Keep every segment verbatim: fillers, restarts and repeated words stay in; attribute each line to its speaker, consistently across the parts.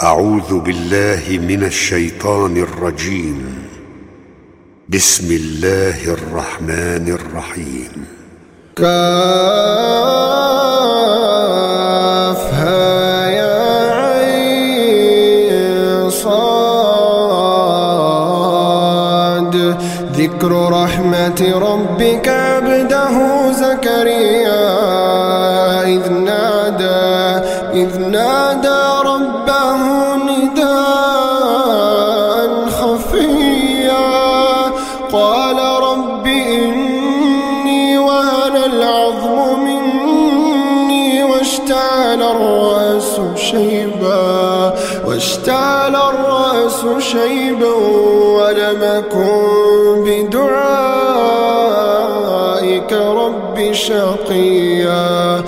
Speaker 1: أعوذ بالله من الشيطان الرجيم. بسم الله الرحمن الرحيم.
Speaker 2: كافها يا عين صاد. ذكر رحمة ربك عبده زكريا إذ نادى إذ نادى ربه نداء خفيا. قال رب إني وهن العظم مني واشتعل الرأس شيبا واشتعل الرأس شيبا ولم أكن بدعائك رب شقيا.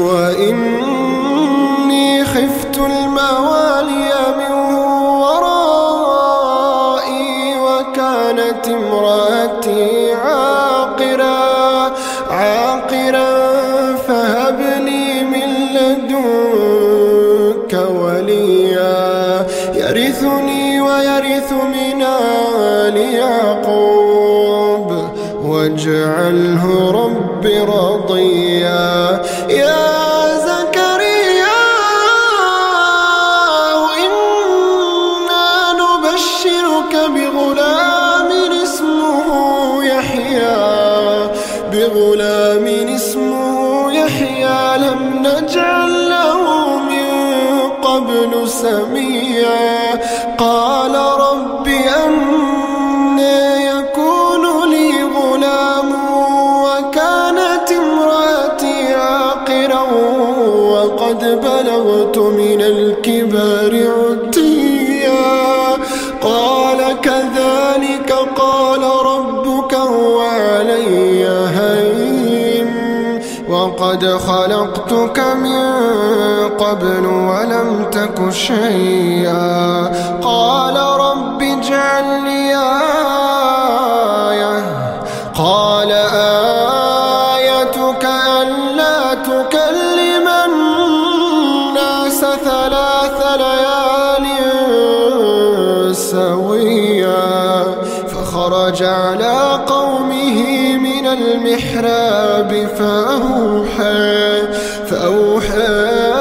Speaker 2: وإني خفت الموالي من ورائي وكانت امرأتي عاقرا عاقرا فهب لي من لدنك وليا يرثني ويرث من آل يعقوب واجعله رب رضيا. يا زكريا إنا نبشرك بغلام اسمه يحيى بغلام اسمه يحيى لم نجعل له من قبل سميا. قال رب أنى يكون لي غلام وكانت امرأتي عاقرا وقد بلغت من الكبر عتيا. قال كذلك قال ربك هو علي هين وقد خلقتك من قبل ولم تك شيئا. قال رب اجعل لي آية. قال آيتك ألا تكلم الناس ثلاث ليال سويا. فخرج على قومه من المحراب فأوحى فأوحى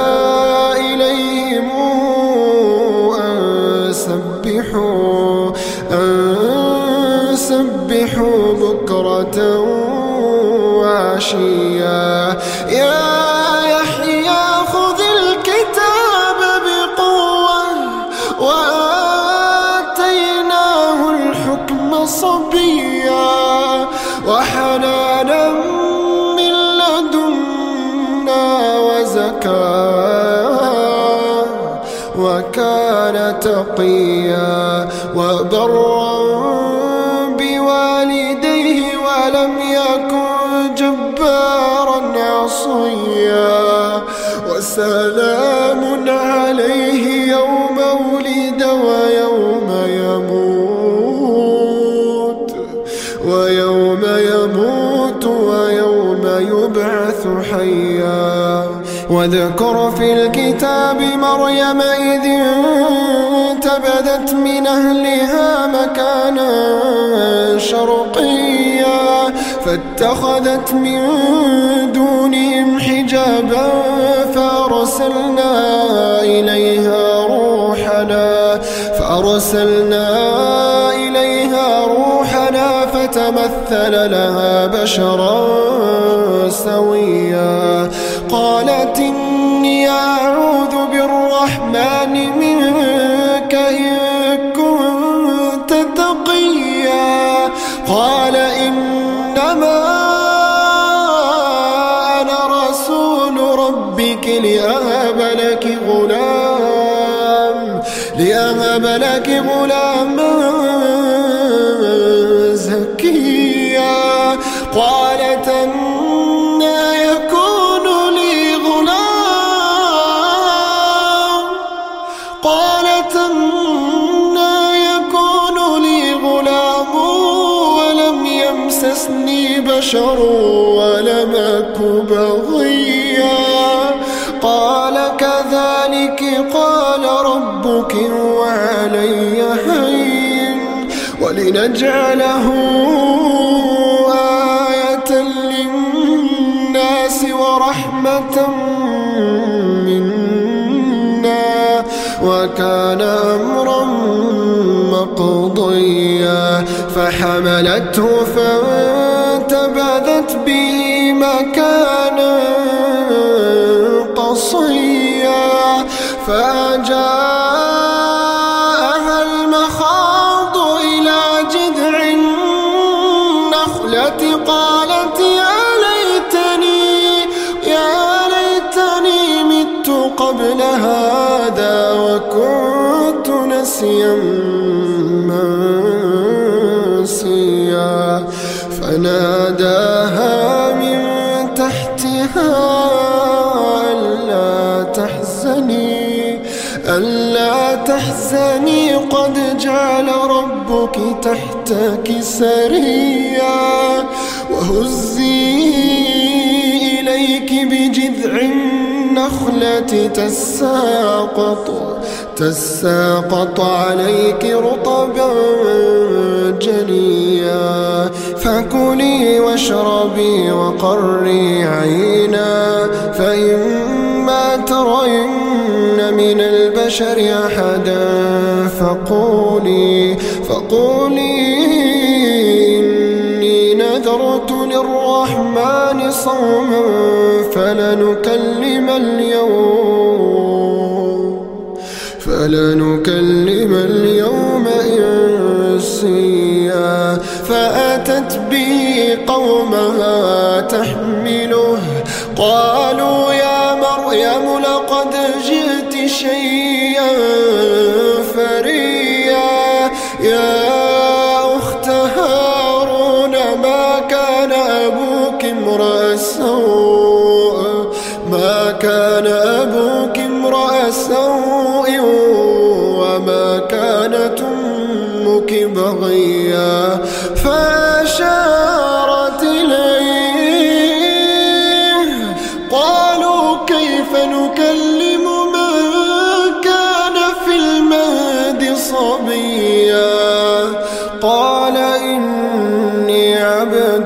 Speaker 2: إليهم أن سبحوا أن سبحوا بكرة وعشيا. يا يحيى خذ الكتاب بقوة وآتيناه الحكم صبيا وحنانا من لدنا وزكاة وكان تقيا وبرا بوالديه ولم يكن جبارا عصيا. وسلام عليه يوم ولد ويوم يموت ويوم يموت ويوم يبعث حيا. واذكر في الكتاب مريم إذ انتبذت من أهلها مكانا شرقيا فاتخذت من دونهم حجابا فأرسلنا إليها روحنا فأرسلنا إليها روحنا فتمثل لها بشرا سويا. قالت إني أعوذ بالرحمن منك إن كنت تقيا. قال إنما أنا رسول ربك لأهب لك غلام لأهب لك غلاما زكيا. قالت أنى يكون لي غلام قالت أنى يكون لي غلام ولم يمسسني بشر ولم أك بغيا. قال كذلك قال ربك برك وعلي هين ولنجعله آية للناس ورحمة منا وكان أمرا مقضيا فحملته فانتبذت به مكانا قصيا فأجاءها المخاض إلى جذع النخلة قالت يا ليتني يا ليتني مت قبل هذا وكنت نسيا منسيا فناداها من تحتها ألا تحزني ألا تحزني قد جعل ربك تحتك سريا وهزي إليك بجذع النخلة تساقط تساقط عليك رطبا جنيا فكلي واشربي وقري عينا فإما ترين من البشر أحدا فقولي فقولي إني نذرت للرحمن صوما فلنكلم اليوم فلنكلم اليوم إنسيا فأتت به قومها تحمله قالوا يا مريم لقد جئت شيئا فريا يا أخت هارون ما كان أبوك امرأ سوء ما كان أبوك امرأ سوء وما كانت أمك بغيا فأشارت إليه قالوا كيف نكلم من كان في المهد صبيا قال إني عبد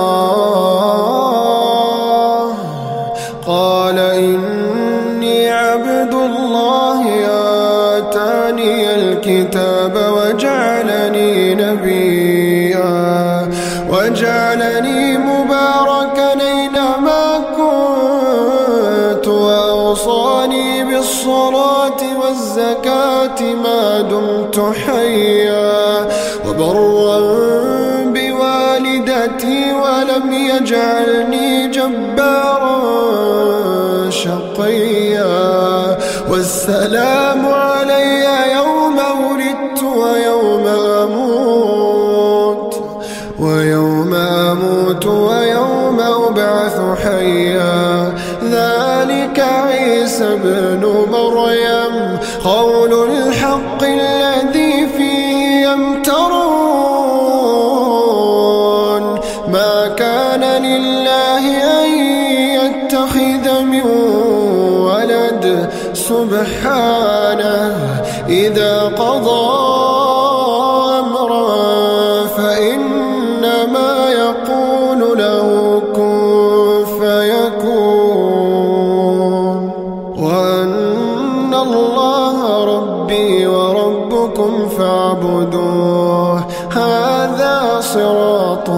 Speaker 2: الله قال إني عبد الله آتاني الكتاب وجعلني نبيا وجعلني مباركا أينما كنت وأوصاني بالصلاة والزكاة ما دمت حيا وبرا بوالدتي ولم يجعلني جبارا شقيا والسلام علي يوم ولدت ويوم أموت ويوم أموت ويوم أبعث حيا ذلك عيسى ابن مريم قول الحق الذي فيه يمترون ما كان لله أن يتخذ من ولد سبحانه إذا قضى أمرا فإنما يقول له كن فيكون وأن الله ربي وربكم فاعبدوه هذا صراط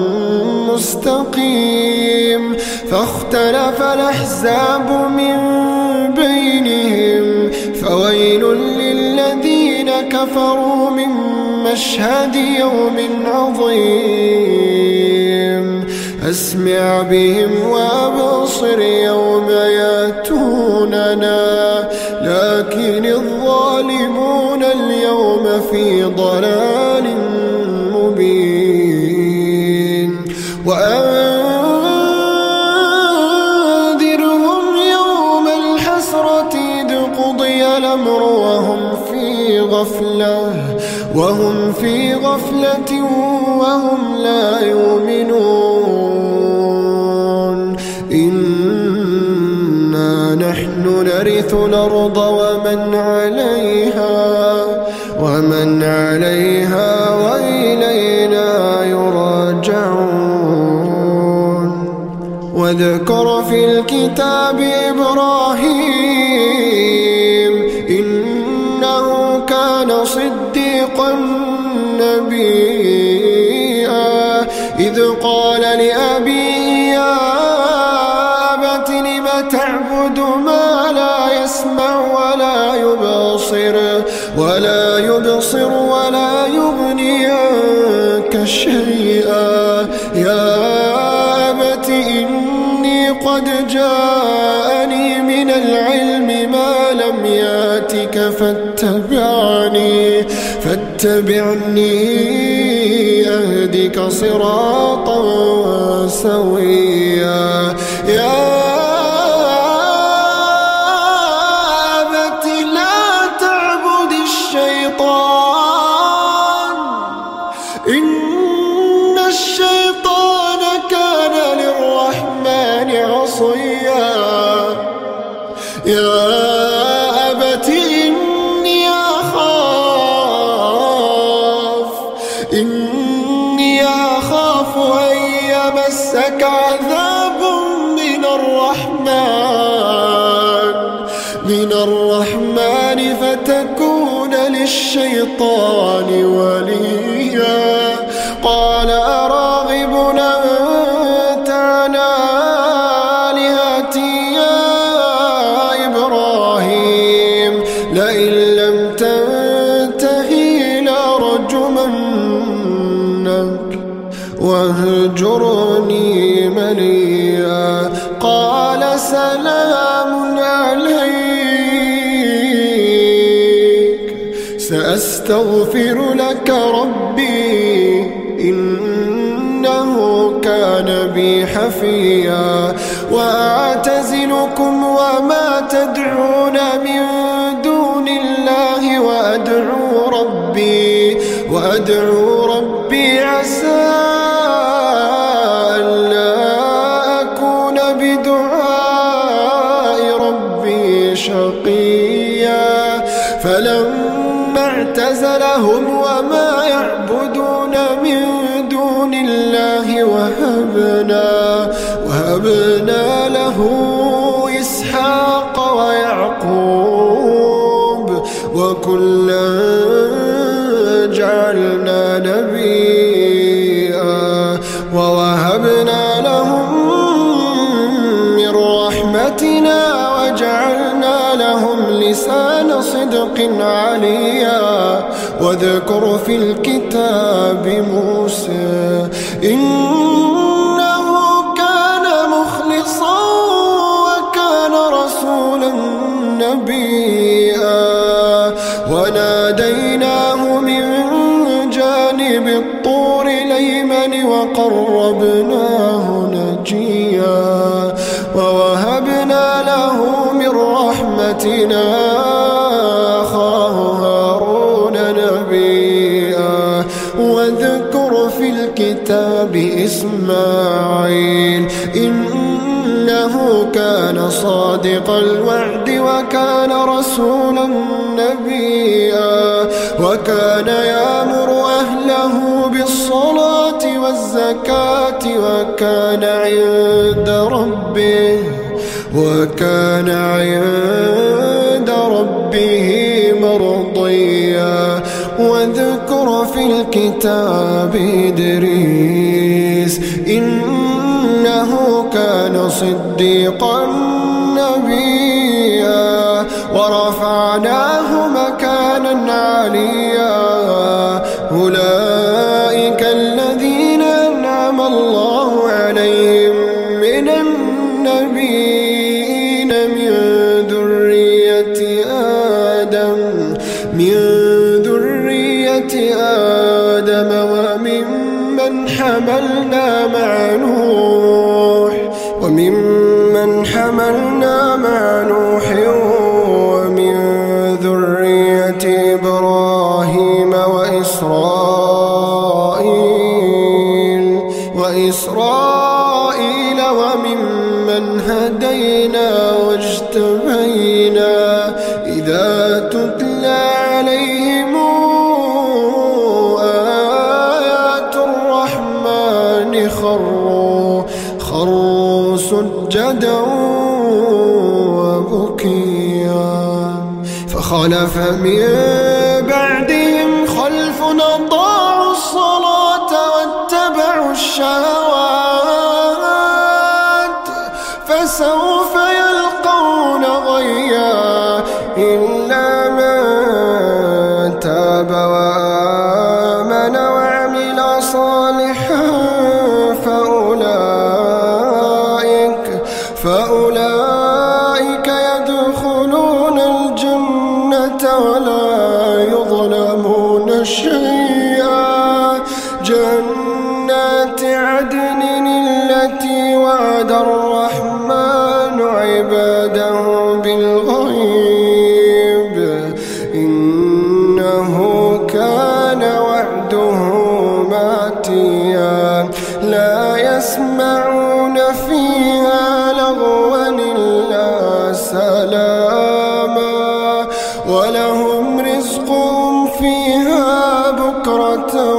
Speaker 2: مستقيم فاختلف الأحزاب من بينهم فويل للذين كفروا من مشهد يوم عظيم أسمع بهم وأبصر يوم يأتوننا لكن الظالمون اليوم في ضلال مبين وأنذرهم يوم الحسرة إذ قضي الأمر وهم في غفلة وهم في غفلة وهم لا يؤمنون إنا نحن يرث الأرض ومن عليها ومن عليها وإلينا يراجعون. واذكر في الكتاب إبراهيم إنه كان صديقا نبيا إذ قال لأبيه يا أبت لم تعبد ما لا يسمع ولا يبصر ولا يبصر ولا يغني عنك شيئا يا أبت إني قد جاءني من العلم ما لم ياتك فاتبعني فاتبعني أهدك صراطا سويا. يا أبت لا تعبد الشيطان إن الشيطان كان للرحمن عصيا. يا أبت إني أخاف إني أخاف أن يمسك عذاب من الرحمن من الرحمن فتكون للشيطان وليا. قال أراغب أنت عن آلهتي يا إبراهيم لئن لم تنته لأرجمنك واهجرني مليا. قال سلام عليك سأستغفر لك ربي إنه كان بي حفيا. وأعتزلكم وما تدعون من دون الله وأدعو ربي وأدعو ربي عسى ألا أكون بدعاء ربي شقيا. فلما اعتزلهم وما يعبدون من دون الله وهبنا وهبنا له إسحاق ويعقوب وكلا جعلنا نبيا ووهبنا لهم من رحمتنا وجعلنا لهم لسان صدق عليا. واذكر في الكتاب موسى إنه كان مخلصا وكان رسولا نبيا. وناديناه من جانب الطور الأيمن وقربناه نجيا. ووهبنا له من رحمتنا أخاه هارون نبيا. واذكر في الكتاب إسماعيل إنه كان صادق الوعد وكان رسولا نبيا. وكان يأمر أهله بالصلاة والزكاة وكان عند ربه وكان عند ربه مرضيا. واذكر في الكتاب إدريس إنه كان صديقا نبيا. ورفعناه مكانا عليا. أولئك الذين أنعم الله عليهم من النبيين من ذرية آدم من ذرية آدم وممن حملنا مع نوح وممن حملنا مع نوح ومن ذرية إبراهيم وإسرائيل وإسرائيل وممن هدينا واجتبينا سجدا وبكيا فخلف من بعدهم خلف أضاعوا الصلاة واتبعوا الشهوات فسوف يلقون غيا إلا من تاب وآمن وعمل صالحا فأولئك فأولئك يدخلون الجنة ولا يظلمون شيئا جنات عدن التي وعد الرحمن عباده بالغيب إنه كان وعده ماتيا لا يسمعون فيها لغوا إلا سلاما ولهم رزقهم فيها بكرة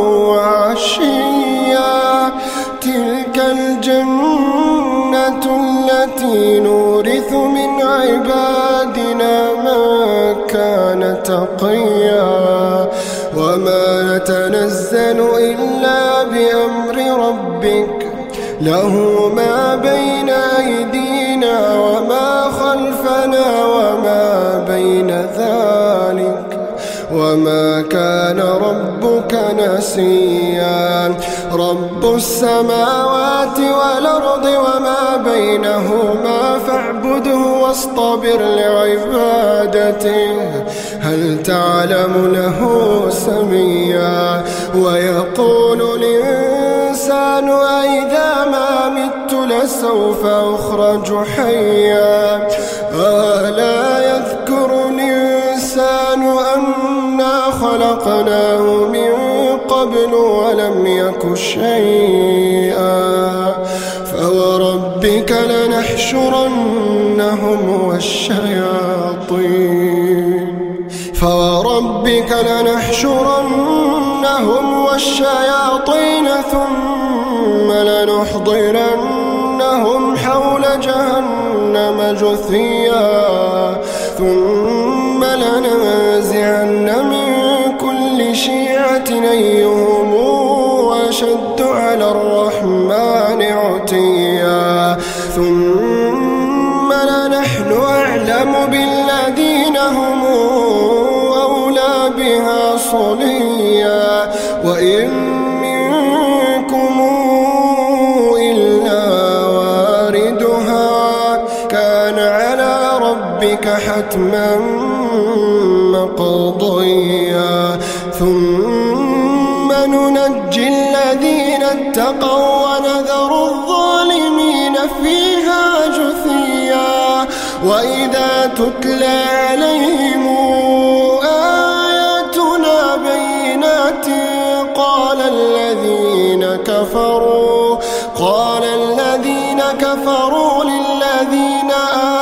Speaker 2: وعشيا تلك الجنة التي نورث من عبادنا من كان تقيا وما نتنزل إلا بأمر ربك له ما بين أيدينا وما خلفنا وما بين ذلك وما كان ربك نسيا رب السماوات والأرض وما بينهما فاعبده واصطبر لعبادته هل تعلم له سميا ويقول الإنسان أئذا ما مت لسوف أخرج حيا ألا يذكر الإنسان أنا خلقناه من قبل ولم يك شيئا فوربك لنحشرنهم والشياطين فوربك لنحشرنهم والشياطين ثم لنحضرنهم حول جهنم جثيا ثم لننزعن من كل شيعة أيهم أشد على الرحمن عتيا ثم لنحن أعلم بالذين هم أولى بها صليا وإن منكم إلا واردها كان على ربك حتما مقضيا ثم ننجي الذين اتقوا ونذر الظالمين فيها جثيا وإذا تتلى عليهم آياتنا بينات قال الذين كفروا قال الذين كفروا للذين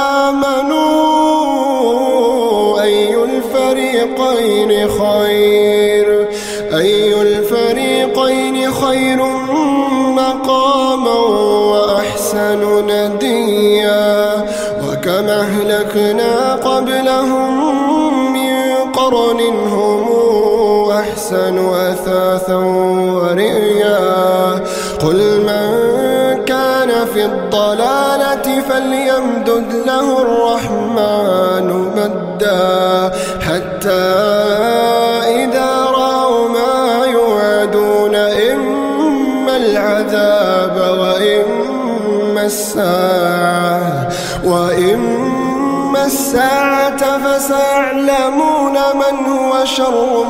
Speaker 2: آمنوا أي الفريقين خير أي الفريقين خير مقاما وأحسن نديا وكم أهلكنا قبلهم من قرن هم أحسن أثاثا ورئيا قل من كان في الضلالة فليمدد له الرحمن مدا حتى إذا رأوا ما يوعدون إما العذاب وإما الساعة وإما الساعة فسيعلمون من هو شر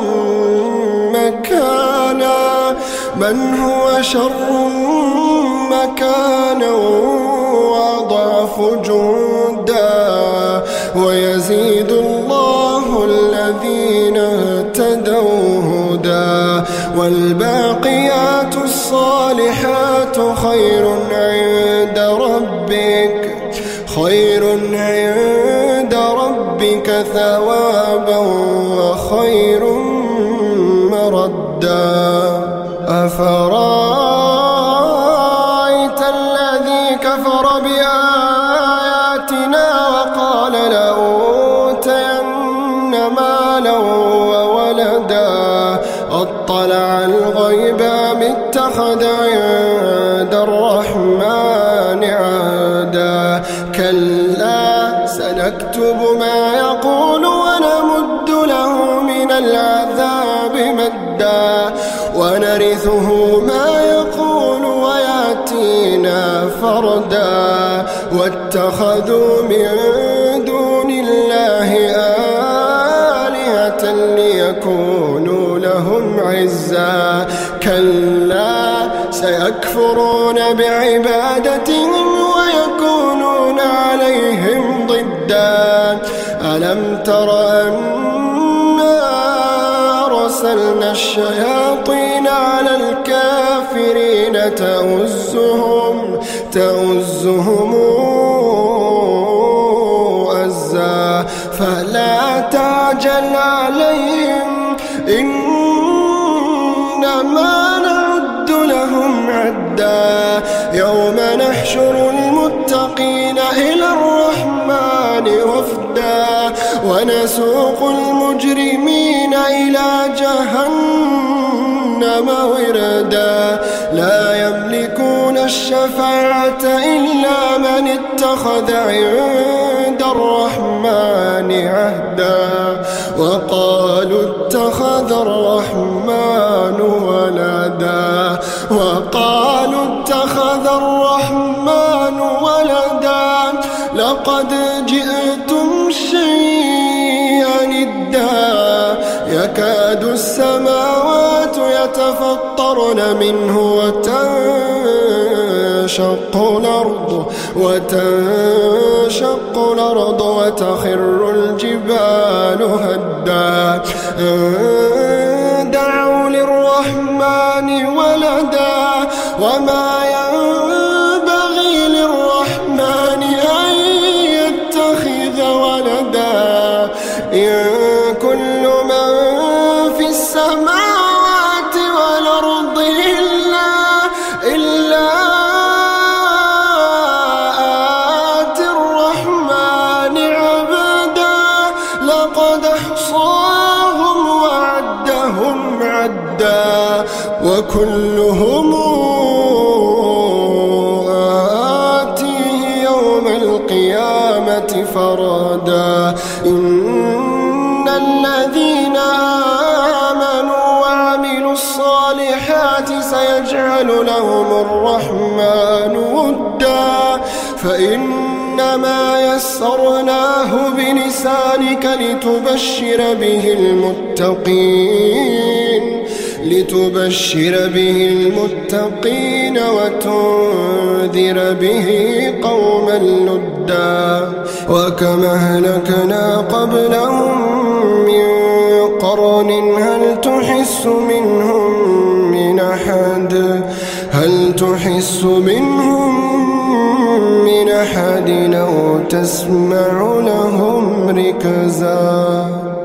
Speaker 2: مكانا من هو شر مكانا وأضعف جندا ويزيد الله الذين اهتدوا هدى والباقيات الصالحات خير عند ربك خير عند ربك ثوابا وخير مردا أفرأيت الذي كفر بآياتنا مالا وولدا أطلع الغيب أم اتخذ عند الرحمن عهدا كلا سنكتب ما يقول ونمد له من العذاب مدا ونرثه ما يقول ويأتينا فردا واتخذوا من دون الله آلهة ليكونوا لهم عزا كلا سيكفرون بعبادتهم ويكونون عليهم ضدا ألم تر أنا أرسلنا الشياطين على الكافرين تؤزهم تؤزهم أزا فلا تعجل عليهم إنما نعد لهم عدا يوم نحشر المتقين إلى الرحمن وفدا ونسوق المجرمين إلى جهنم وردا لا يملكون الشفاعة إلا من اتخذ عند الرحمن عهدا وقالوا اتخذ الرحمن ولدا وقالوا اتخذ الرحمن ولدا لقد جئتم شيئا إدا يكاد السماوات يتفطرن منه وتنشق الأرض وتنشق الأرض وتخر الجبال هدا دعوا للرحمن ولدا وما ينبغي للرحمن أن يتخذ ولدا إن كل من في السماوات والأرض إلا إلا آتي الرحمن عبدا لقد أحصاهم وعدهم عدا وكلهم آتيه يوم القيامة فردا إن الذين آمنوا وعملوا الصالحات سيجعل لهم الرحمن ودا فإنما يسرناه بلسانك لتبشر به المتقين لتبشر به المتقين وتنذر به قوما لدا وكم أهلكنا قبلهم من قرن هل تحس منهم من أحد هل تحس منهم من أحد أو تسمع لهم ركزا.